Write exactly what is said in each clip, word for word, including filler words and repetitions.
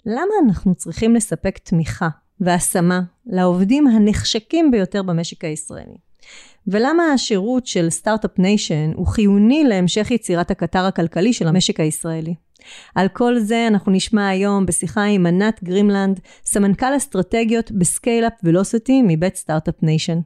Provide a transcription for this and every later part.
למה אנחנו צריכים לספק תמיכה והשמה לעובדים הנחשקים ביותר במשק הישראלי? ולמה השירות של סטארט-אפ ניישן הוא חיוני להמשך יצירת הקטר הכלכלי של המשק הישראלי? על כל זה אנחנו נשמע היום בשיחה עם ענת גרימלנד, סמנכ"ל אסטרטגיות בסקייל-אפ ולוסיטי מבית סטארט-אפ ניישן.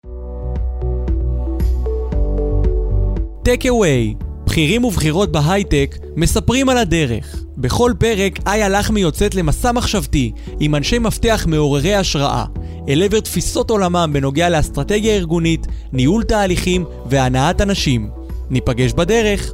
טק אווי, בכירים ובכירות בהייטק מספרים על הדרך. בכל פרק איה לחמי יוצאת למסע מחשבתי עם אנשי מפתח מעוררי השראה, אל עבר תפיסות עולמם בנוגע לאסטרטגיה ארגונית, ניהול תהליכים והנעת אנשים. ניפגש בדרך.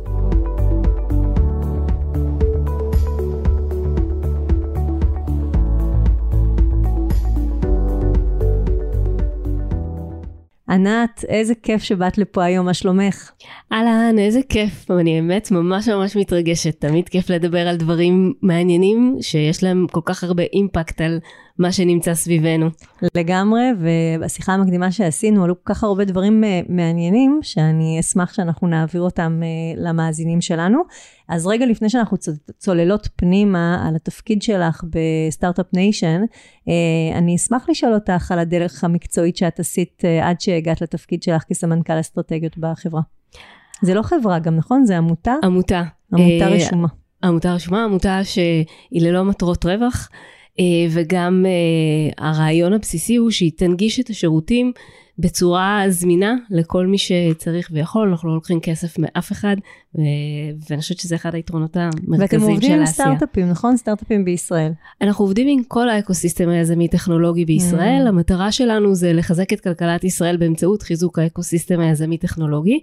ענת, איזה כיף שבאת לפה היום, מה שלומך? אהלן, איזה כיף, אני באמת ממש ממש מתרגשת, תמיד כיף לדבר על דברים מעניינים, שיש להם כל כך הרבה אימפקט על מה שנמצא סביבנו. לגמרי, ובשיחה המקדימה שעשינו, עלו כל כך הרבה דברים מעניינים, שאני אשמח שאנחנו נעביר אותם למאזינים שלנו. אז רגע לפני שאנחנו צוללות פנימה על התפקיד שלך בסטארט-אפ ניישן, אני אשמח לשאול אותך על הדרך המקצועית שאת עשית עד שהגעת לתפקיד שלך כסמנכ"ל אסטרטגיות בחברה. זה לא חברה גם, נכון? זה עמותה? עמותה. עמותה רשומה. עמותה רשומה, עמותה שהיא ללא מטרות רווח, וגם הרעיון הבסיסי הוא שהיא תנגיש את השירותים בצורה זמינה לכל מי שצריך ויכול. אנחנו לא לוקחים כסף מאף אחד, ואני חושבת שזה אחד היתרונות המרכזיים של העשייה. ואתם עובדים עם סטארט-אפים, נכון? סטארט-אפים בישראל. אנחנו עובדים עם כל האקוסיסטם היזמי טכנולוגי בישראל. Mm. המטרה שלנו זה לחזק את כלכלת ישראל באמצעות חיזוק האקוסיסטם היזמי טכנולוגי.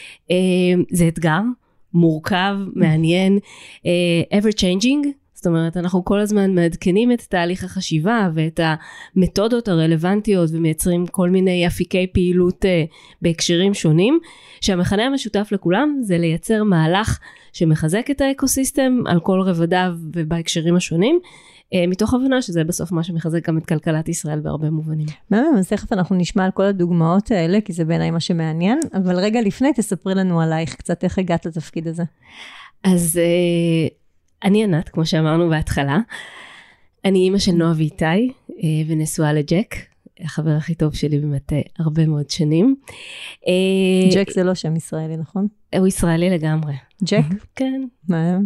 זה אתגר מורכב, מעניין, ever changing. זאת אומרת, אנחנו כל הזמן מעדכנים את תהליך החשיבה ואת המתודות הרלוונטיות ומייצרים כל מיני אפיקי פעילות בהקשרים שונים, שהמכנה המשותף לכולם זה לייצר מהלך שמחזק את האקוסיסטם על כל רבדיו ובהקשרים השונים, מתוך הבנה שזה בסוף מה שמחזק גם את כלכלת ישראל בהרבה מובנים. באמת, אז תכף אנחנו נשמע על כל הדוגמאות האלה, כי זה בעיניי מה שמעניין, אבל רגע לפני תספרי לנו עלייך קצת איך הגעת לתפקיד הזה. אז אני ענת, כמו שאמרנו בהתחלה, אני אימא של נועה ואיתי, ונשואה לג'ק, החבר הכי טוב שלי באמת הרבה מאוד שנים. ג'ק זה לא שם ישראלי, נכון? הוא ישראלי לגמרי. ג'ק? כן. מה?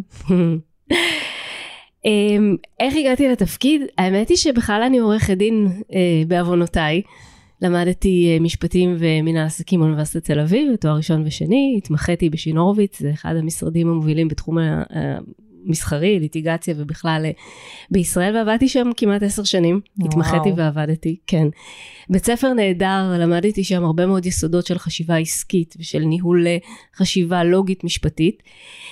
איך הגעתי לתפקיד? האמת היא שבכלל אני עורכת דין בעוונותיי, למדתי משפטים ומנהל עסקים באוניברסיטת תל אביב, תואר ראשון ושני, התמחיתי בשין הורוביץ, זה אחד המשרדים המובילים בתחום מסחרי, ליטיגציה ובכלל בישראל, ועבדתי שם כמעט עשר שנים, התמחיתי ועבדתי, כן. בית ספר נהדר, למדתי שם הרבה מאוד יסודות של חשיבה עסקית, ושל ניהול חשיבה לוגית משפטית,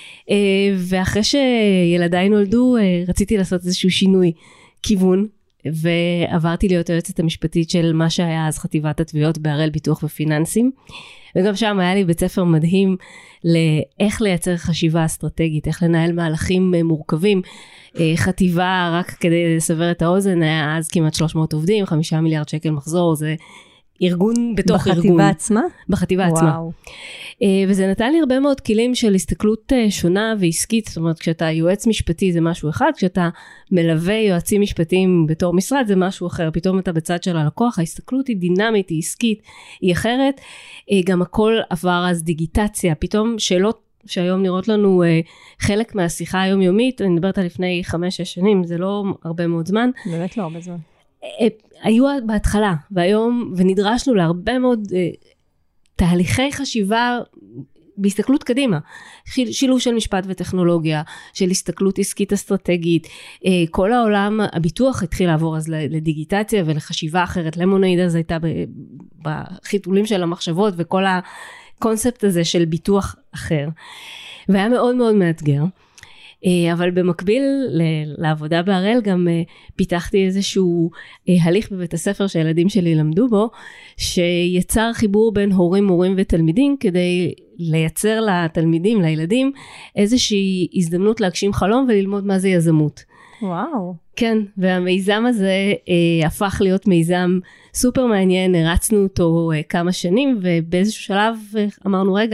ואחרי שילדיי נולדו, רציתי לעשות איזשהו שינוי כיוון, ועברתי להיות היועצת המשפטית של מה שהיה אז חטיבת התביעות בהראל ביטוח ופיננסים, וגם שם היה לי בית ספר מדהים לאיך לייצר חשיבה אסטרטגית, איך לנהל מהלכים מורכבים. חטיבה, רק כדי לסבר את האוזן, היה אז כמעט שלוש מאות עובדים, חמישה מיליארד שקל מחזור, זה ארגון בתוך בחטיבה ארגון. בחטיבה עצמה? בחטיבה וואו. עצמה. וזה נתן לי הרבה מאוד כלים של הסתכלות שונה ועסקית, זאת אומרת, כשאתה יועץ משפטי זה משהו אחד, כשאתה מלווה יועצים משפטיים בתור משרד זה משהו אחר, פתאום אתה בצד של הלקוח, ההסתכלות היא דינמית, היא עסקית, היא אחרת, גם הכל עבר אז דיגיטציה, פתאום שאלות שהיום נראות לנו חלק מהשיחה היומיומית, אני מדברת על לפני חמש, שש שנים, זה לא הרבה מאוד זמן. באמת לא הרבה זמן. היו בהתחלה, והיום, ונדרשנו להרבה מאוד תהליכי חשיבה בהסתכלות קדימה, שילוב של משפט וטכנולוגיה, של הסתכלות עסקית אסטרטגית, כל העולם, הביטוח התחיל לעבור אז לדיגיטציה ולחשיבה אחרת, למונייד אז הייתה בחיתולים של המחשבות, וכל הקונספט הזה של ביטוח אחר, והיה מאוד מאוד מאתגר, אבל במקביל לעבודה בהראל גם פיתחתי איזשהו הליך בבית הספר שהילדים שלי למדו בו, שיצר חיבור בין הורים, מורים ותלמידים, כדי לייצר לתלמידים, לילדים, איזושהי הזדמנות להגשים חלום וללמוד מה זה יזמות. וואו. כן, והמיזם הזה אה, הפך להיות מיזם סופר מעניין, הרצנו אותו אה, כמה שנים, ובאיזשהו שלב אה, אמרנו, רגע,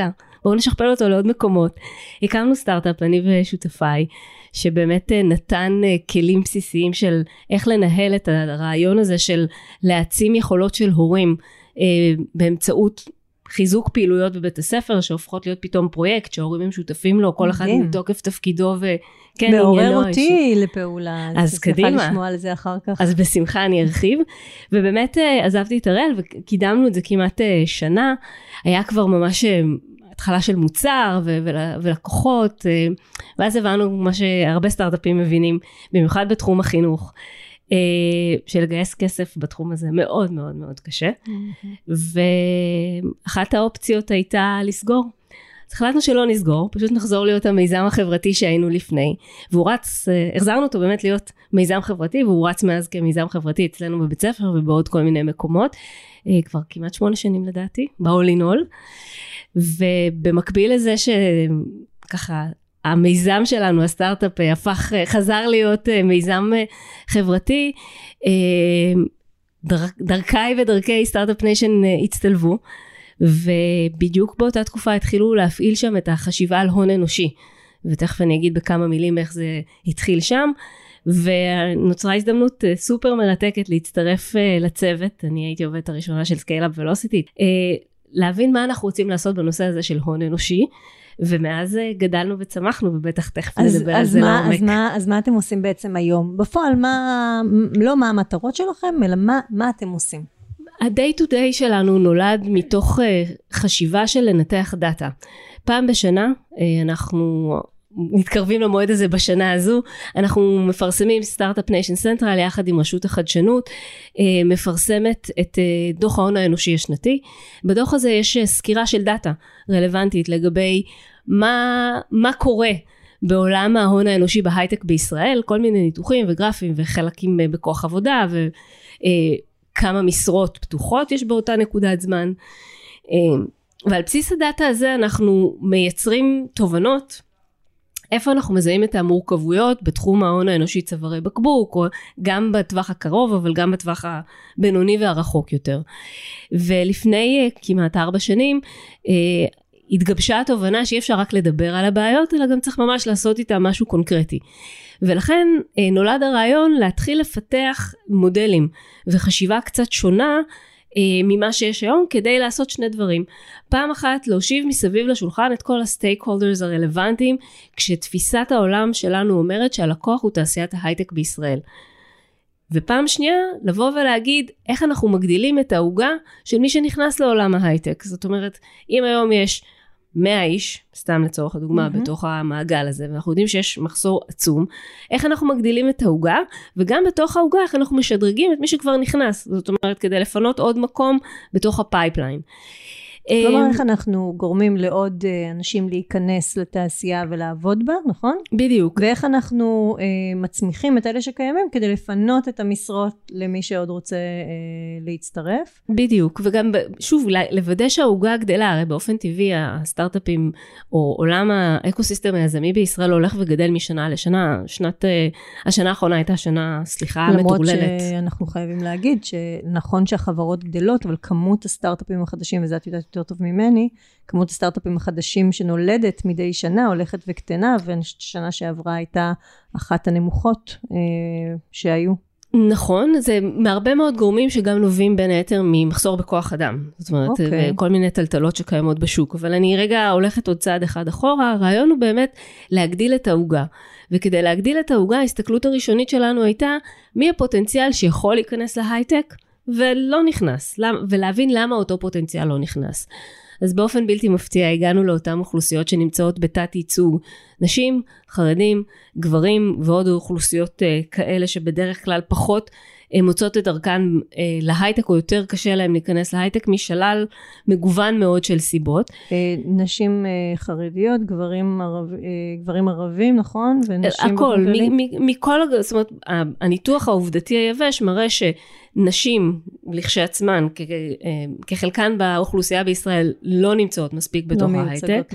בואו נשכפל אותו לעוד מקומות. הקמנו סטארט-אפ, אני ושותפיי, שבאמת נתן כלים בסיסיים של איך לנהל את הרעיון הזה של להעצים יכולות של הורים באמצעות חיזוק פעילויות בבית הספר שהופכות להיות פתאום פרויקט שההורים הם שותפים לו, כל אחד מתוקף תפקידו וכן מעורר אותי לפעולה, אז קדימה, לשמוע על זה אחר כך. אז בשמחה אני ארחיב, ובאמת עזבתי את הראל וקידמנו את זה כמעט שנה, היה כבר ממש התחלה של מוצר ולקוחות, ואז הבנו מה שהרבה סטארט-אפים מבינים, במיוחד בתחום החינוך, שלגייס כסף בתחום הזה מאוד מאוד מאוד קשה, ואחת האופציות הייתה לסגור. אז החלטנו שלא נסגור, פשוט נחזור להיות המיזם החברתי שהיינו לפני, והוא רץ, החזרנו אותו באמת להיות מיזם חברתי, והוא רץ מאז כמיזם חברתי אצלנו בבית ספר ובעוד כל מיני מקומות, כבר כמעט שמונה שנים לדעתי, ב-all in all, ובמקביל לזה שככה, המיזם שלנו, הסטארט-אפ, הפך, חזר להיות מיזם חברתי, דר, דרכי ודרכי סטארט-אפ ניישן הצטלבו, ובדיוק באותה תקופה התחילו להפעיל שם את החשיבה על הון אנושי, ותכף אני אגיד בכמה מילים איך זה התחיל שם, ונוצרה הזדמנות סופר מרתקת להצטרף לצוות, אני הייתי עובדת הראשונה של סקייל-אפ ולוסיטי, להבין מה אנחנו רוצים לעשות בנושא הזה של הון אנושי, ומאז גדלנו וצמחנו, ובטח תכף נדבר על זה לעומק. אז מה, אז מה אתם עושים בעצם היום? בפועל, מה, לא מה המטרות שלכם, אלא מה, מה אתם עושים? ה-day to day שלנו נולד מתוך חשיבה של לנתח דאטה. פעם בשנה, אנחנו מתקרבים למועד הזה בשנה הזו, אנחנו מפרסמים סטארט-אפ ניישן סנטרל יחד עם רשות החדשנות, מפרסמת את דוח ההון האנושי השנתי. בדוח הזה יש סקירה של דאטה רלוונטית לגבי מה, מה קורה בעולם ההון האנושי בהייטק בישראל, כל מיני ניתוחים וגרפים וחלקים בכוח עבודה וכמה משרות פתוחות יש באותה נקודת זמן. ועל בסיס הדאטה הזה אנחנו מייצרים תובנות איפה אנחנו מזהים את המורכבויות בתחום ההון האנושי צווארי בקבוק, או גם בטווח הקרוב, אבל גם בטווח הבינוני והרחוק יותר. ולפני כמעט ארבע שנים, התגבשה התובנה שאי אפשר רק לדבר על הבעיות, אלא גם צריך ממש לעשות איתה משהו קונקרטי. ולכן נולד הרעיון להתחיל לפתח מודלים וחשיבה קצת שונה, ממה שיש היום, כדי לעשות שני דברים. פעם אחת, להושיב מסביב לשולחן את כל הסטייק הולדרס הרלוונטיים, כשתפיסת העולם שלנו אומרת שהלקוח הוא תעשיית ההייטק בישראל. ופעם שנייה, לבוא ולהגיד איך אנחנו מגדילים את העוגה של מי שנכנס לעולם ההייטק. זאת אומרת, אם היום יש מאה איש, סתם לצורך הדוגמה, mm-hmm. בתוך המעגל הזה, ואנחנו יודעים שיש מחסור עצום, איך אנחנו מגדילים את העוגה, וגם בתוך העוגה, איך אנחנו משדרגים את מי שכבר נכנס, זאת אומרת, כדי לפנות עוד מקום בתוך הפייפליין. כלומר, איך אנחנו גורמים לעוד אנשים להיכנס לתעשייה ולעבוד בה, נכון? בדיוק. ואיך אנחנו אה, מצמיחים את אלה שקיימים, כדי לפנות את המשרות למי שעוד רוצה אה, להצטרף? בדיוק, וגם שוב, לוודא שהעוגה גדלה, הרי באופן טבעי, הסטארט-אפים, או עולם האקוסיסטם היזמי בישראל, הולך וגדל משנה לשנה, שנת, השנה האחרונה הייתה שנה, סליחה, מטורללת. למרות שאנחנו חייבים להגיד, שנכון שהחברות גדלות, אבל כמות הסטארט-אפים החדשים, וזה את יודעת יותר טוב ממני, כמות הסטארט-אפים החדשים שנולדת מדי שנה, הולכת וקטנה, ושנה שעברה הייתה אחת הנמוכות אה, שהיו. נכון, זה מהרבה מאוד גורמים שגם נובעים בין היתר ממחסור בכוח אדם. זאת אומרת, okay. כל מיני טלטלות שקיימות בשוק. אבל אני רגע הולכת עוד צעד אחד אחורה, הרעיון הוא באמת להגדיל את העוגה. וכדי להגדיל את העוגה, ההסתכלות הראשונית שלנו הייתה, מי הפוטנציאל שיכול להיכנס להייטק, ולא נכנס, ולהבין למה אותו פוטנציאל לא נכנס. אז באופן בלתי מפתיע הגענו לאותן אוכלוסיות שנמצאות בתת ייצוג, נשים, חרדים, גברים ועוד אוכלוסיות כאלה שבדרך כלל פחות מוצאות את דרכן להייטק, או יותר קשה להם להיכנס להייטק משלל מגוון מאוד של סיבות. נשים חרדיות, גברים, ערב, גברים ערבים, נכון? ונשים הכל, מכל, זאת אומרת, הניתוח העובדתי היבש מראה שנשים לכשעצמן, כחלקן באוכלוסייה בישראל, לא נמצאות מספיק בתוך ההייטק.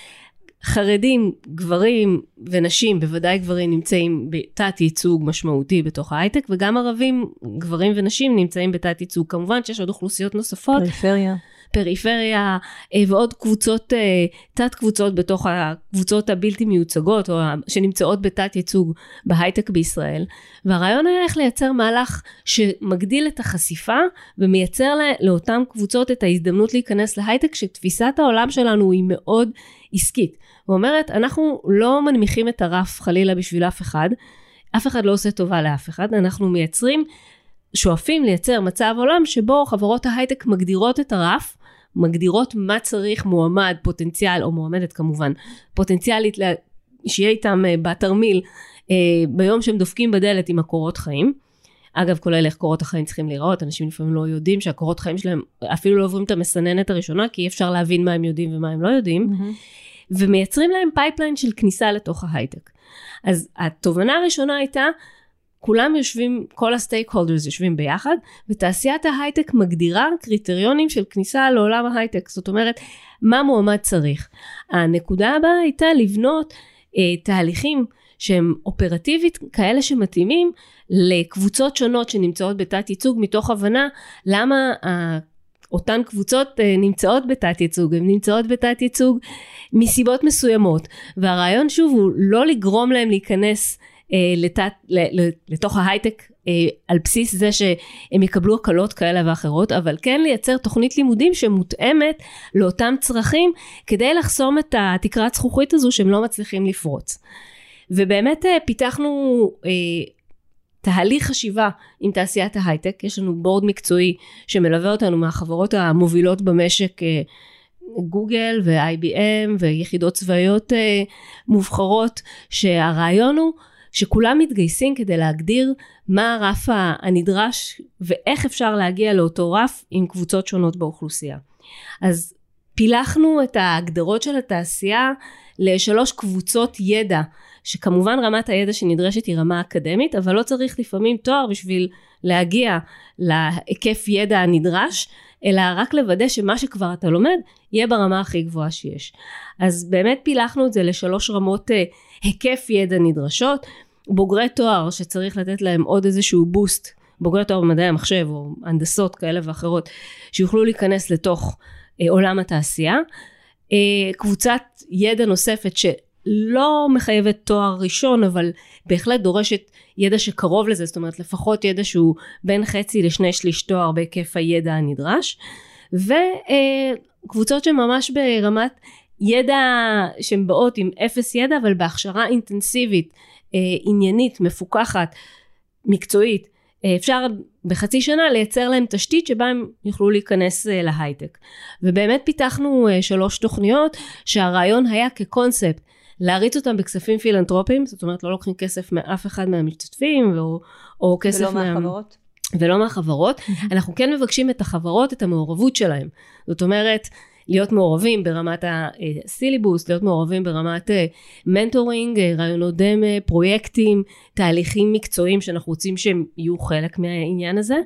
חרדים, גברים ונשים, בוודאי גברים נמצאים בתת ייצוג משמעותי בתוך ההייטק, וגם ערבים, גברים ונשים נמצאים בתת ייצוג. כמובן שיש עוד אוכלוסיות נוספות. פריפריה. פריפריה, ועוד קבוצות, תת קבוצות בתוך הקבוצות הבלתי מיוצגות, או שנמצאות בתת ייצוג בהייטק בישראל. והרעיון היה איך לייצר מהלך שמגדיל את החשיפה, ומייצר לאותן קבוצות את ההזדמנות להיכנס להייטק, שתפיסת העולם שלנו היא מאוד עסקית. ואומרת, אנחנו לא מנמיכים את הרף חלילה בשביל אף אחד, אף אחד לא עושה טובה לאף אחד, אנחנו מייצרים, שואפים לייצר מצב עולם שבו חברות ההייטק מגדירות את הרף, מגדירות מה צריך מועמד, פוטנציאל, או מועמדת כמובן, פוטנציאלית שיהיה איתם בתרמיל, ביום שהם דופקים בדלת עם הקורות חיים. אגב, כולל איך קורות החיים צריכים להיראות, אנשים לפעמים לא יודעים שהקורות חיים שלהם אפילו לא עוברים את המסננת הראשונה, כי אי אפשר להבין מה הם יודעים ומה הם לא יודעים, mm-hmm. ומייצרים להם פייפליין של כניסה לתוך ההייטק. אז התובנה הראשונה הייתה, כולם יושבים, כל הסטייק הולדרס יושבים ביחד, ותעשיית ההייטק מגדירה קריטריונים של כניסה לעולם ההייטק, זאת אומרת, מה מועמד צריך. הנקודה הבאה הייתה לבנות אה, תהליכים שהם אופרטיבית, כאלה שמתאימים לקבוצות שונות שנמצאות בתת ייצוג, מתוך הבנה למה אה, אותן קבוצות אה, נמצאות בתת ייצוג, הן נמצאות בתת ייצוג מסיבות מסוימות, והרעיון שוב הוא לא לגרום להם להיכנס לתת, לתוך ההייטק על בסיס זה שהם יקבלו הקלות כאלה ואחרות, אבל כן לייצר תוכנית לימודים שמותאמת לאותם צרכים, כדי לחסום את התקרת זכוכית הזו שהם לא מצליחים לפרוץ. ובאמת פיתחנו תהליך חשיבה עם תעשיית ההייטק, יש לנו בורד מקצועי שמלווה אותנו מהחברות המובילות במשק, גוגל ו-איי בי אם ויחידות צבאיות מובחרות, שהרעיון הוא שכולם מתגייסים כדי להגדיר מה הרף הנדרש ואיך אפשר להגיע לאותו רף עם קבוצות שונות באוכלוסייה. אז פילחנו את ההגדרות של התעשייה לשלוש קבוצות ידע, שכמובן רמת הידע שנדרשת היא רמה אקדמית, אבל לא צריך לפעמים תואר בשביל להגיע להיקף ידע הנדרש, אלא רק לוודא שמה שכבר אתה לומד יהיה ברמה הכי גבוהה שיש. אז באמת פילחנו את זה לשלוש רמות היקף ידע נדרשות, בוגרי תואר שצריך לתת להם עוד איזשהו בוסט, בוגרי תואר במדעי המחשב או הנדסות כאלה ואחרות, שיוכלו להיכנס לתוך אה, עולם התעשייה, אה, קבוצת ידע נוספת שלא מחייבת תואר ראשון, אבל בהחלט דורשת ידע שקרוב לזה, זאת אומרת לפחות ידע שהוא בין חצי לשני שליש תואר בהיקף הידע הנדרש, וקבוצות שממש ברמת ידע שהן באות עם אפס ידע, אבל בהכשרה אינטנסיבית, עניינית, מפוקחת, מקצועית, אפשר בחצי שנה לייצר להם תשתית שבה הם יוכלו להיכנס להייטק. ובאמת פיתחנו שלוש תוכניות שהרעיון היה כקונספט, להריץ אותם בכספים פילנטרופיים, זאת אומרת לא לוקחים כסף מאף אחד מהמשתתפים, או, או כסף ולא מה... מהחברות. ולא מהחברות. אנחנו כן מבקשים את החברות, את המעורבות שלהם. זאת אומרת, להיות מעורבים ברמת הסילבוס, להיות מעורבים ברמת מנטורינג, רעיונות דמה, פרויקטים, תהליכים מקצועיים שאנחנו רוצים שהם יהיו חלק מהעניין הזה,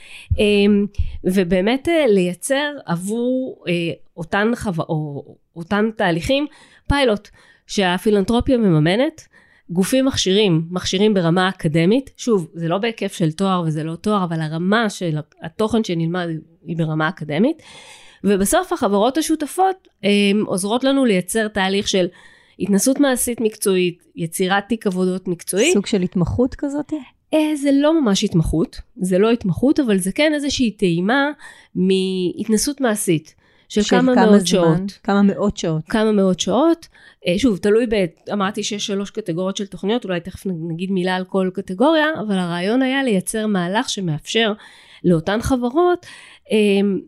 ובאמת לייצר עבור אותן, חו... או, אותן תהליכים פיילוט שהפילנטרופיה מממנת, גופים מכשירים, מכשירים ברמה אקדמית, שוב זה לא בהיקף של תואר וזה לא תואר, אבל הרמה של התוכן שנלמד היא ברמה אקדמית, ובסוף החברות השותפות הם, עוזרות לנו לייצר תהליך של התנסות מעשית מקצועית, יצירת תיק עבודות מקצועית. סוג של התמחות כזאת? אה, זה לא ממש התמחות, זה לא התמחות, אבל זה כן איזושהי טעימה מהתנסות מעשית, של, של כמה, כמה מאות זמן, שעות. כמה מאות שעות. כמה מאות שעות. אה, שוב, תלוי, ב, אמרתי שיש שלוש קטגוריות של תוכניות, אולי תכף נגיד מילה על כל קטגוריה, אבל הרעיון היה לייצר מהלך שמאפשר לאותן חברות, אה,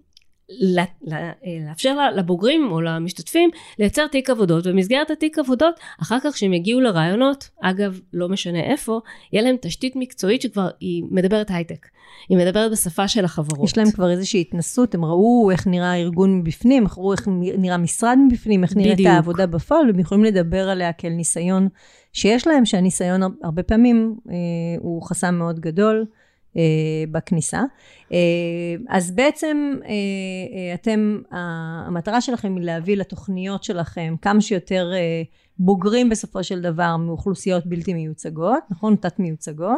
לאפשר לבוגרים או למשתתפים לייצר תיק עבודות, במסגרת התיק עבודות אחר כך שהם יגיעו לרעיונות, אגב לא משנה איפה, יהיה להם תשתית מקצועית שכבר היא מדברת הייטק, היא מדברת בשפה של החברות. יש להם כבר איזושהי התנסות, הם ראו איך נראה הארגון מבפנים, איך ראו איך נראה משרד מבפנים, איך נראית העבודה בפועל, והם יכולים לדבר עליה כאל ניסיון שיש להם, שהניסיון הרבה פעמים אה, הוא חסם מאוד גדול בכניסה. אז בעצם אתם, המטרה שלכם היא להביא לתוכניות שלכם כמה שיותר בוגרים בסופו של דבר מאוכלוסיות בלתי מיוצגות, נכון? תת מיוצגות.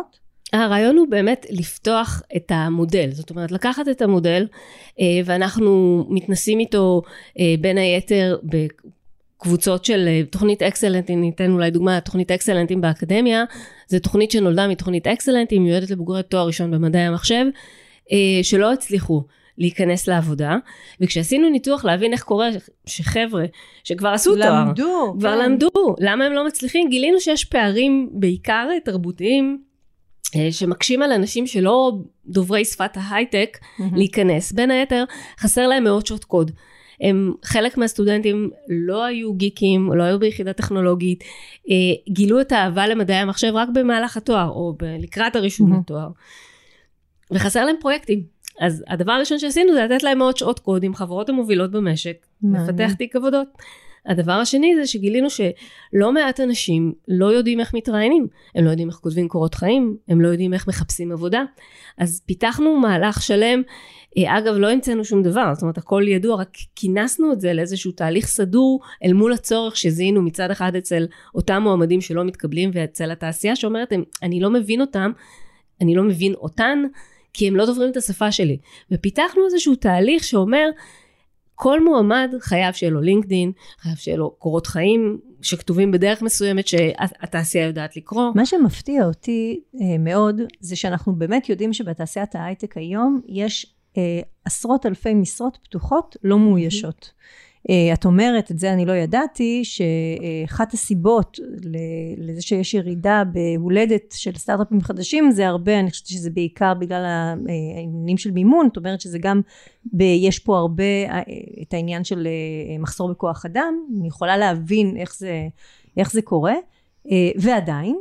הרעיון הוא באמת לפתוח את המודל, זאת אומרת לקחת את המודל ואנחנו מתנסים איתו בין היתר בקבוצות של תוכנית אקסלנטים, ניתן אולי דוגמה, תוכנית אקסלנטים באקדמיה, זו תוכנית שנולדה מתוכנית אקסלנטים, מיועדת לבוגרי תואר ראשון במדעי המחשב, שלא הצליחו להיכנס לעבודה, וכשעשינו ניתוח להבין איך קורה שחבר'ה שכבר עשו תואר, למדו, כבר כן. למדו, למה הם לא מצליחים, גילינו שיש פערים בעיקר תרבותיים, שמקשים על אנשים שלא דוברי שפת ההייטק mm-hmm. להיכנס. בין היתר, חסר להם מאות שעות קוד. הם, חלק מהסטודנטים לא היו גיקים, לא היו ביחידה טכנולוגית, גילו את האהבה למדעי המחשב רק במהלך התואר, או לקראת הרישום mm-hmm. לתואר. וחסר להם פרויקטים. אז הדבר הראשון שעשינו זה לתת להם מאות שעות קוד עם חברות המובילות במשק, לפתח תיק עבודות. הדבר השני זה שגילינו שלא מעט אנשים לא יודעים איך מתראיינים, הם לא יודעים איך כותבים קורות חיים, הם לא יודעים איך מחפשים עבודה, אז פיתחנו מהלך שלם, אגב לא המצאנו שום דבר, זאת אומרת הכל ידוע, רק כינסנו את זה לאיזשהו תהליך סדור, אל מול הצורך שזיהינו מצד אחד אצל אותם מועמדים שלא מתקבלים, ואצל התעשייה שאומרת, אני לא מבין אותם, אני לא מבין אותן, כי הם לא דוברים את השפה שלי, ופיתחנו איזשהו תהליך שאומר, כל מועמד חייב שיהיה לו לינקדין, חייב שיהיה לו קורות חיים, שכתובים בדרך מסוימת שהתעשייה יודעת לקרוא. מה שמפתיע אותי אה, מאוד, זה שאנחנו באמת יודעים שבתעשיית ההייטק היום, יש אה, עשרות אלפי משרות פתוחות לא מאוישות. אה, את אומרת, את זה אני לא ידעתי, שאחת הסיבות לזה שיש ירידה בהולדת של סטארט-אפים חדשים, זה הרבה, אני חושבת שזה בעיקר בגלל העניינים של מימון, זאת אומרת שזה גם, ב, יש פה הרבה את העניין של מחסור בכוח אדם, אני יכולה להבין איך זה, איך זה קורה, ועדיין,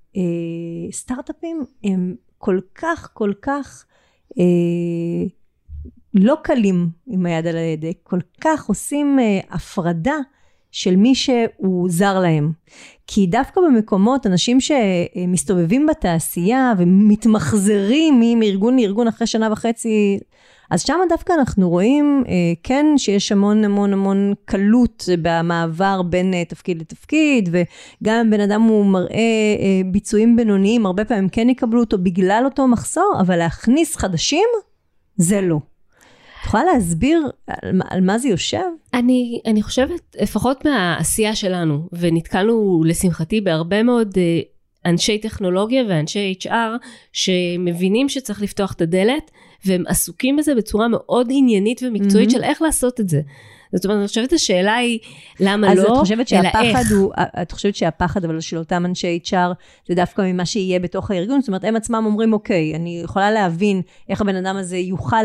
סטארט-אפים הם כל כך, כל כך, לא קלים עם היד על הידק, כל כך עושים uh, הפרדה של מי שהוא זר להם. כי דווקא במקומות, אנשים שמסתובבים בתעשייה ומתמחזרים מארגון לארגון אחרי שנה וחצי, אז שם דווקא אנחנו רואים, uh, כן, שיש המון המון המון קלות במעבר בין uh, תפקיד לתפקיד, וגם אם בן אדם הוא מראה uh, ביצועים בינוניים, הרבה פעמים כן יקבלו אותו בגלל אותו מחסור, אבל להכניס חדשים, זה לא. את יכולה להסביר על, על מה זה יושב? אני, אני חושבת, לפחות מהעשייה שלנו, ונתקלנו לשמחתי בהרבה מאוד אנשי טכנולוגיה ואנשי אייץ' אר, שמבינים שצריך לפתוח את הדלת, והם עסוקים בזה בצורה מאוד עניינית ומקצועית mm-hmm. של איך לעשות את זה. זאת אומרת, אני חושבת השאלה היא למה אז לא, את חושבת שהפחד איך. הוא, את חושבת שהפחד אבל של אותם אנשי אייץ' אר זה דווקא ממה שיהיה בתוך הארגון, זאת אומרת הם עצמם אומרים אוקיי, אני יכולה להבין איך הבן אדם הזה יוכל,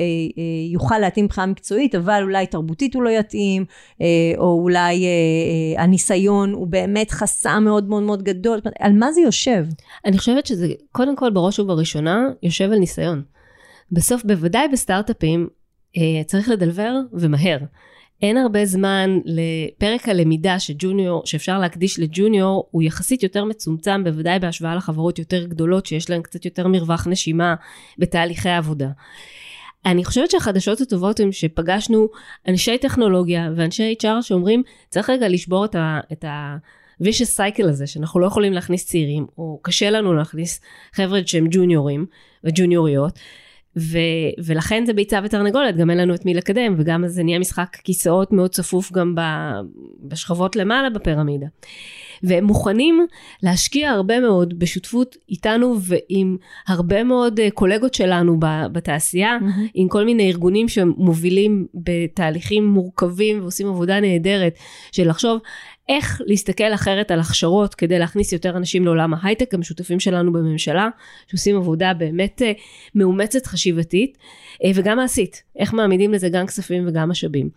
יוכל להתאים מבחינה מקצועית, אבל אולי תרבותית הוא לא יתאים, או אולי הניסיון הוא באמת חסם מאוד מאוד מאוד גדול, על מה זה יושב? אני חושבת שזה קודם כל בראש ובראשונה יושב על ניסיון. בסוף בוודאי בסטארט-אפים צריך לדלבר ומהר. אין הרבה זמן לפרק הלמידה שג'וניור, שאפשר להקדיש לג'וניור, הוא יחסית יותר מצומצם, בוודאי בהשוואה לחברות יותר גדולות, שיש להן קצת יותר מרווח נשימה בתהליכי העבודה. אני חושבת שהחדשות הטובות הן שפגשנו אנשי טכנולוגיה ואנשי אייץ' אר שאומרים, צריך רגע לשבור את ה... את ה vicious cycle הזה, שאנחנו לא יכולים להכניס צעירים, או קשה לנו להכניס חבר'ה שהם ג'וניורים וג'וניוריות, ו- ולכן זה ביצה ותרנגולת, גם אין לנו את מי לקדם, וגם זה נהיה משחק כיסאות מאוד צפוף גם ב- בשכבות למעלה בפירמידה. והם מוכנים להשקיע הרבה מאוד בשותפות איתנו, ועם הרבה מאוד קולגות שלנו בתעשייה, mm-hmm. עם כל מיני ארגונים שמובילים בתהליכים מורכבים, ועושים עבודה נהדרת, של לחשוב איך להסתכל אחרת על הכשרות, כדי להכניס יותר אנשים לעולם ההייטק, גם שותפים שלנו בממשלה, שעושים עבודה באמת מאומצת חשיבתית, וגם מעשית, איך מעמידים לזה גם כספים וגם משאבים.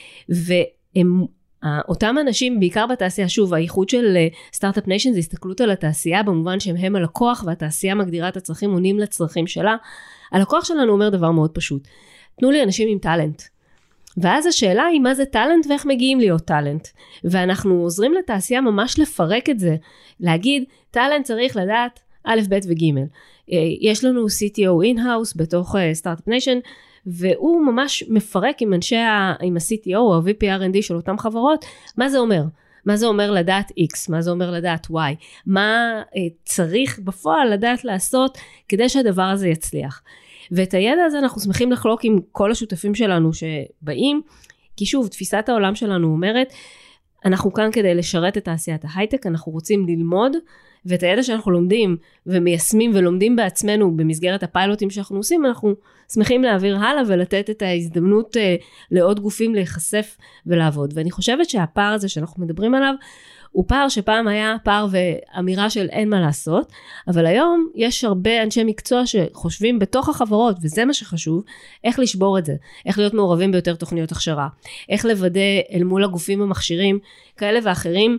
והם, אותם אנשים, בעיקר בתעשייה, שוב, הייחוד של סטארט-אפ ניישן, זה הסתכלות על התעשייה, במובן שהם הם הלקוח, והתעשייה מגדירה את הצרכים, עונים לצרכים שלה. הלקוח שלנו אומר דבר מאוד פשוט, תנו לי אנשים עם טלנט. ואז השאלה היא מה זה טלנט ואיך מגיעים להיות טלנט. ואנחנו עוזרים לתעשייה ממש לפרק את זה, להגיד, טלנט צריך לדעת א', ב' וג'. יש לנו סי טי או in-house בתוך סטארט-אפ ניישן, והוא ממש מפרק עם אנשי, עם ה-סי טי או או ה-וי פי אר אנד די של אותם חברות, מה זה אומר? מה זה אומר לדעת X, מה זה אומר לדעת Y, מה צריך בפועל לדעת לעשות כדי שהדבר הזה יצליח. ואת הידע הזה אנחנו שמחים לחלוק עם כל השותפים שלנו שבאים, כי שוב, תפיסת העולם שלנו אומרת, אנחנו כאן כדי לשרת את תעשיית ההייטק, אנחנו רוצים ללמוד, ואת הידע שאנחנו לומדים ומיישמים ולומדים בעצמנו במסגרת הפיילוטים שאנחנו עושים, אנחנו שמחים להעביר הלאה ולתת את ההזדמנות אה, לעוד גופים להיחשף ולעבוד. ואני חושבת שהפער הזה שאנחנו מדברים עליו, הוא פער שפעם היה פער ואמירה של אין מה לעשות, אבל היום יש הרבה אנשי מקצוע שחושבים בתוך החברות, וזה מה שחשוב, איך לשבור את זה, איך להיות מעורבים ביותר תוכניות הכשרה, איך לוודא אל מול הגופים המכשירים כאלה ואחרים,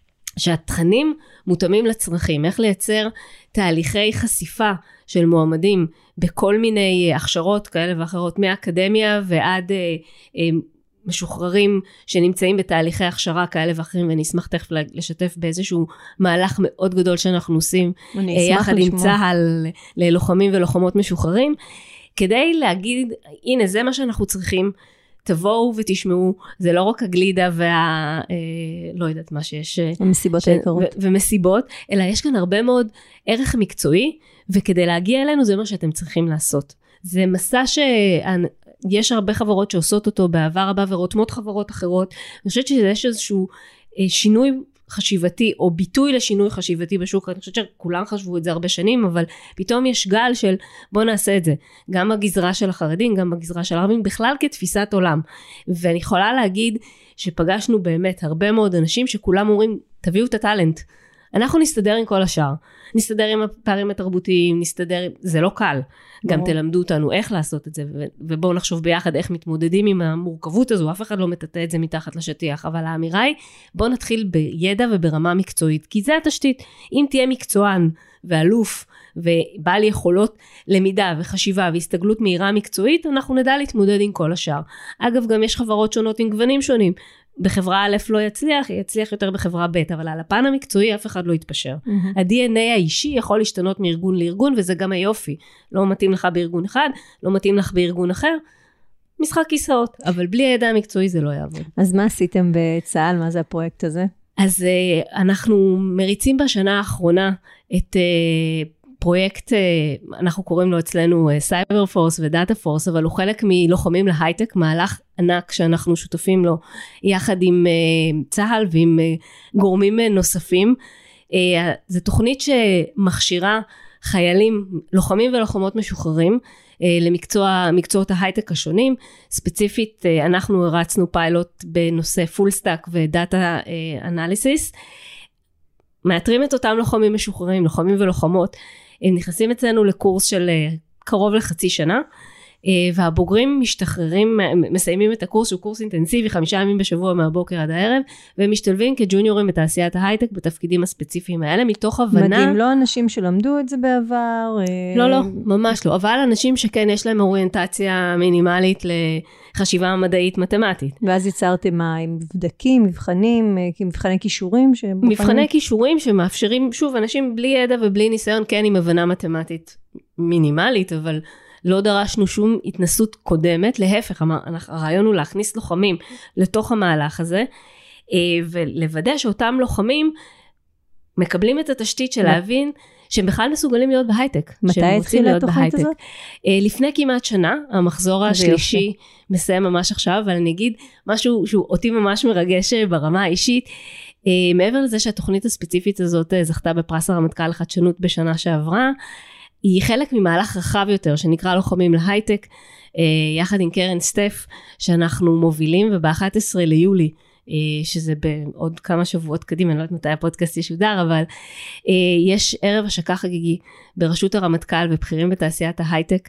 שהתכנים מותאמים לצרכים, איך לייצר תהליכי חשיפה של מועמדים בכל מיני הכשרות כאלה ואחרות, מהאקדמיה ועד אה, אה, משוחררים שנמצאים בתהליכי הכשרה כאלה ואחרים, ואני אשמח תכף לשתף באיזשהו מהלך מאוד גדול שאנחנו עושים יחד עם צה"ל ללוחמים ולוחמות משוחררים, כדי להגיד, הנה זה מה שאנחנו צריכים, תבואו ותשמעו, זה לא רק הגלידה וה... אה, לא יודעת מה שיש. המסיבות ש... היקרות. ו- ומסיבות, אלא יש כאן הרבה מאוד ערך מקצועי, וכדי להגיע אלינו זה מה שאתם צריכים לעשות. זה מסע שיש הרבה חברות שעושות אותו בעבר הבא, ורותמות חברות אחרות. אני חושבת שיש איזשהו אה, שינוי חשיבתי, או ביטוי לשינוי חשיבתי בשוק, אני חושבת שכולם חשבו את זה הרבה שנים, אבל פתאום יש גל של בוא נעשה את זה, גם בגזרה של החרדים, גם בגזרה של הערבים, בכלל כתפיסת עולם, ואני יכולה להגיד שפגשנו באמת הרבה מאוד אנשים שכולם אומרים, תביאו את הטלנט, אנחנו נסתדר עם כל השאר, נסתדר עם הפערים התרבותיים, נסתדר, זה לא קל, גם תלמדו אותנו איך לעשות את זה, ובואו נחשוב ביחד איך מתמודדים עם המורכבות הזו, אף אחד לא מטאטא את זה מתחת לשטיח, אבל האמירה היא, בואו נתחיל בידע וברמה מקצועית, כי זה התשתית, אם תהיה מקצוען ואלוף, ובעל יכולות למידה וחשיבה והסתגלות מהירה מקצועית, אנחנו נדע להתמודד עם כל השאר. אגב, גם יש חברות שונות עם גוונים שונים, בחברה א' לא יצליח, יצליח יותר בחברה ב', אבל על הפן המקצועי אף אחד לא יתפשר. Mm-hmm. ה-די אן איי האישי יכול להשתנות מארגון לארגון, וזה גם היופי. לא מתאים לך בארגון אחד, לא מתאים לך בארגון אחר, משחק כיסאות, אבל בלי הידע המקצועי זה לא יעבוד. אז מה עשיתם בצה"ל? מה זה הפרויקט הזה? אז uh, אנחנו מריצים בשנה האחרונה את... Uh, פרויקט, אנחנו קוראים לו אצלנו סייבר פורס ודאטה פורס, אבל הוא חלק מלוחמים להייטק, מהלך ענק שאנחנו שותפים לו, יחד עם צה"ל ועם גורמים נוספים. זו תוכנית שמכשירה חיילים, לוחמים ולוחמות משוחררים, למקצוע, מקצועות ההייטק השונים. ספציפית, אנחנו הרצנו פיילוט בנושא פול סטאק ודאטה אנליסיס, מאתרים את אותם לוחמים משוחררים, לוחמים ולוחמות, הם נכנסים אצלנו לקורס של קרוב לחצי שנה, והבוגרים משתחררים, מסיימים את הקורס, שהוא קורס אינטנסיבי, חמישה ימים בשבוע מהבוקר עד הערב, והם משתלבים כג'וניורים בתעשיית ההייטק, בתפקידים הספציפיים האלה, מתוך הבנה... מדהים, לא אנשים שלמדו את זה בעבר? לא, לא, ממש לא, אבל אנשים שכן יש להם אוריינטציה מינימלית לחשיבה מדעית מתמטית. ואז יצרתם מה, עם מבדקים, מבחנים, מבחני כישורים? שבוחנים... מבחני כישורים שמאפשרים, שוב, אנשים בלי ידע ובלי ניסיון, כן עם הבנה מתמטית מינימלית, אבל... לא דרשנו שום התנסות קודמת, להפך, הרעיון הוא להכניס לוחמים לתוך המהלך הזה, ולוודא שאותם לוחמים מקבלים את התשתית של להבין שהם בכלל מסוגלים להיות בהייטק. מתי התחילה התוכנית הזאת? לפני כמעט שנה, המחזור השלישי מסיים ממש עכשיו, אבל אני אגיד משהו שהוא אותי ממש מרגש ברמה האישית, מעבר לזה שהתוכנית הספציפית הזאת זכתה בפרס הרמטכ"ל לחדשנות בשנה שעברה, היא חלק ממהלך רחב יותר, שנקרא לוחמים להייטק, יחד עם קרן סטף, שאנחנו מובילים, וב-אחד עשר ליולי, שזה בעוד כמה שבועות קדימה, אני לא יודעת מתי הפודקאסט ישודר, אבל יש ערב השקה חגיגי, ברשות הרמטכ"ל, ובכירים בתעשיית ההייטק,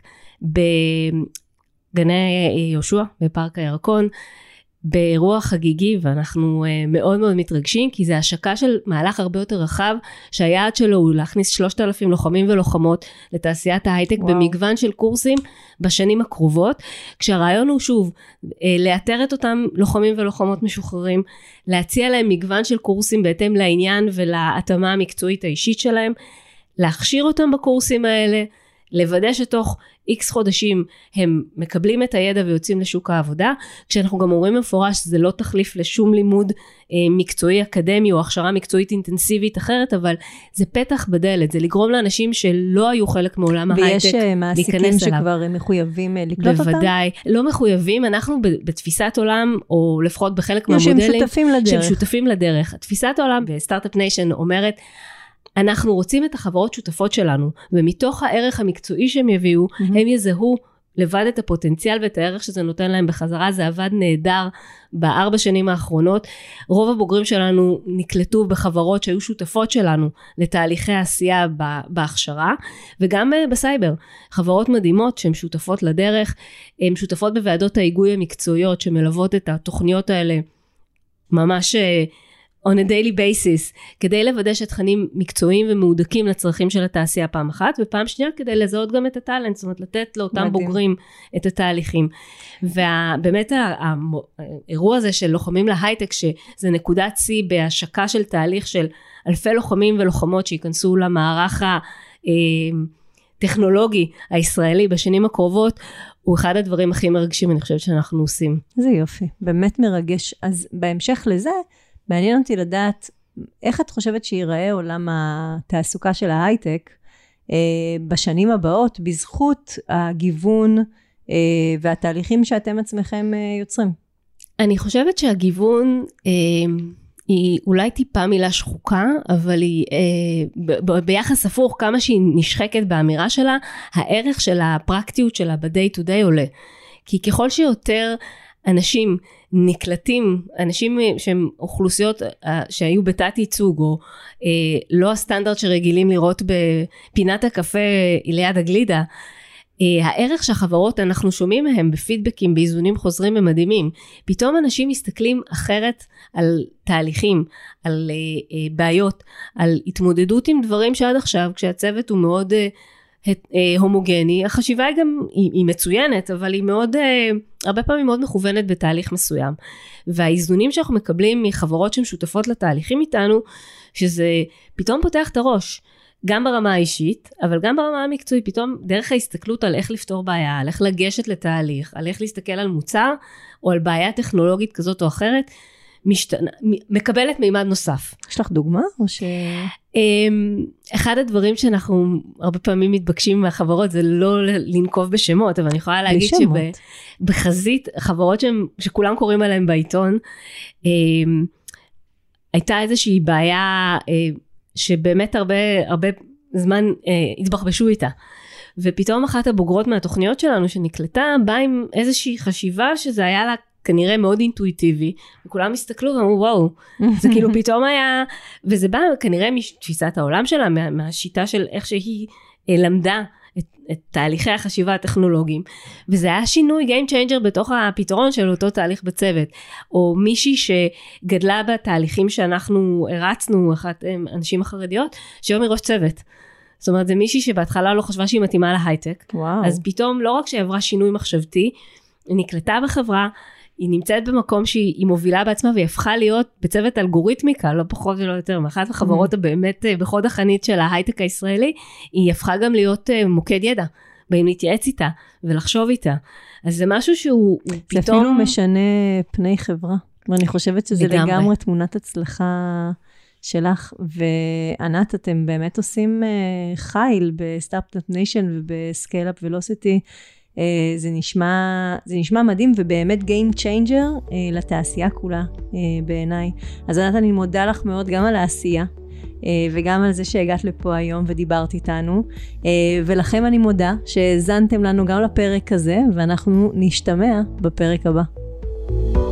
בגני יהושע, בפארק הירקון, באירוע חגיגי, ואנחנו מאוד מאוד מתרגשים, כי זה השקה של מהלך הרבה יותר רחב, שהיעד שלו הוא להכניס שלושת אלפים לוחמים ולוחמות לתעשיית ההייטק, וואו. במגוון של קורסים בשנים הקרובות, כשהרעיון הוא שוב, לאתר את אותם לוחמים ולוחמות משוחררים, להציע להם מגוון של קורסים בהתאם לעניין ולהתאמה המקצועית האישית שלהם, להכשיר אותם בקורסים האלה, לוודא שתוך איקס חודשים הם מקבלים את הידע ויוצאים לשוק העבודה, כשאנחנו גם אומרים מפורש שזה לא תחליף לשום לימוד אה, מקצועי אקדמי או הכשרה מקצועית אינטנסיבית אחרת, אבל זה פתח בדלת, זה לגרום לאנשים שלא היו חלק מעולם ההייטק להיכנס אליו. ויש מעסיקים שכבר מחויבים לקלוט אותם? בוודאי, לא מחויבים, אנחנו בתפיסת עולם, או לפחות בחלק מהמודלים, שהם שותפים לדרך. שהם שותפים לדרך. תפיסת העולם בסטארט-אפ ניישן אומרת, אנחנו רוצים את החברות שותפות שלנו, ומתוך הערך המקצועי שהם יביאו, mm-hmm. הם יזהו לבד את הפוטנציאל ואת הערך שזה נותן להם בחזרה. זה עבד נהדר בארבע שנים האחרונות. רוב הבוגרים שלנו נקלטו בחברות שהיו שותפות שלנו לתהליכי העשייה בהכשרה, וגם בסייבר. חברות מדהימות שהן שותפות לדרך, הן שותפות בוועדות ההיגוי המקצועיות שמלוות את התוכניות האלה ממש on a daily basis, כדי לוודא שתכנים מקצועיים ומהודקים לצרכים של התעשייה פעם אחת, ופעם שנייה כדי לזהות גם את הטלנט, זאת אומרת לתת לאותם מדהים. בוגרים את התהליכים. ובאמת האירוע הזה של לוחמים להייטק, שזה נקודת שיא בהשקה של תהליך של אלפי לוחמים ולוחמות שיכנסו למערך הטכנולוגי הישראלי בשנים הקרובות, הוא אחד הדברים הכי מרגשים, אני חושבת שאנחנו עושים. זה יופי, באמת מרגש. אז בהמשך לזה, מעניין אותי לדעת, איך את חושבת שיראה עולם התעסוקה של ההייטק אה, בשנים הבאות, בזכות הגיוון אה, והתהליכים שאתם עצמכם אה, יוצרים? אני חושבת שהגיוון אה, היא אולי טיפה מילה שחוקה, אבל היא אה, ב- ב- ביחס הפוך, כמה שהיא נשחקת באמירה שלה, הערך של הפרקטיות שלה ב-day to day עולה. כי ככל שיותר אנשים נקלטים, אנשים שהם אוכלוסיות שהיו בתת ייצוג, או אה, לא הסטנדרט שרגילים לראות בפינת הקפה ליד הגלידה, אה, הערך שהחברות, אנחנו שומעים מהם בפידבקים, באיזונים חוזרים ומדהימים, פתאום אנשים מסתכלים אחרת על תהליכים, על אה, אה, בעיות, על התמודדות עם דברים שעד עכשיו, כשהצוות הוא מאוד אה, הומוגני, החשיבה היא גם, היא, היא מצוינת, אבל היא מאוד, הרבה פעמים מאוד מכוונת בתהליך מסוים. והאיזונים שאנחנו מקבלים מחברות שהן שותפות לתהליכים איתנו, שזה פתאום פותח את הראש, גם ברמה האישית, אבל גם ברמה המקצועית, פתאום דרך ההסתכלות על איך לפתור בעיה, על איך לגשת לתהליך, על איך להסתכל על מוצר, או על בעיה טכנולוגית כזאת או אחרת, משתנה, מקבלת מימד נוסף. יש לך דוגמה? או ש... אחד הדברים שאנחנו הרבה פעמים מתבקשים מהחברות, זה לא לנקוב בשמות, אבל אני יכולה להגיד שבחזית, חברות שכולם קוראים עליהם בעיתון, הייתה איזושהי בעיה שבאמת הרבה, הרבה זמן התבחבשו איתה. ופתאום אחת הבוגרות מהתוכניות שלנו שנקלטה, באה עם איזושהי חשיבה שזה היה לה כנראה מאוד אינטואיטיבי, וכולם הסתכלו ואמרו, וואו, זה כאילו פתאום היה, וזה בא כנראה מתפיסת העולם שלה, מה, מהשיטה של איך שהיא אה, למדה את, את תהליכי החשיבה הטכנולוגיים, וזה היה שינוי game changer בתוך הפתרון של אותו תהליך בצוות, או מישהי שגדלה בתהליכים שאנחנו הרצנו, אחת הנשים החרדיות, שהיום היא ראש צוות. זאת אומרת, זה מישהי שבהתחלה לא חשבה שהיא מתאימה להייטק, וואו. אז פתאום לא רק שהיא עברה שינוי מחשבתי, היא נקלטה בחברה, היא נמצאת במקום שהיא מובילה בעצמה, והיא הפכה להיות בצוות אלגוריתמיקה, לא פחות ולא יותר, מאחת החברות הבאמת בחוד החנית של ההייטק הישראלי, היא הפכה גם להיות מוקד ידע, באים להתייעץ איתה, ולחשוב איתה. אז זה משהו שהוא זה פתאום... זה אפילו משנה פני חברה. ואני חושבת שזה לגמרי, לגמרי תמונת הצלחה שלך, וענת, אתם באמת עושים חיל בסטארט-אפ ניישן ובסקייל-אפ ולוסיטי, זה נשמע, זה נשמע מדהים, ובאמת game changer לתעשייה כולה בעיניי. אז ענת, אני מודה לך מאוד גם על העשייה, וגם על זה שהגעת לפה היום ודיברת איתנו, ולכם אני מודה שהזנתם לנו גם לפרק הזה, ואנחנו נשתמע בפרק הבא.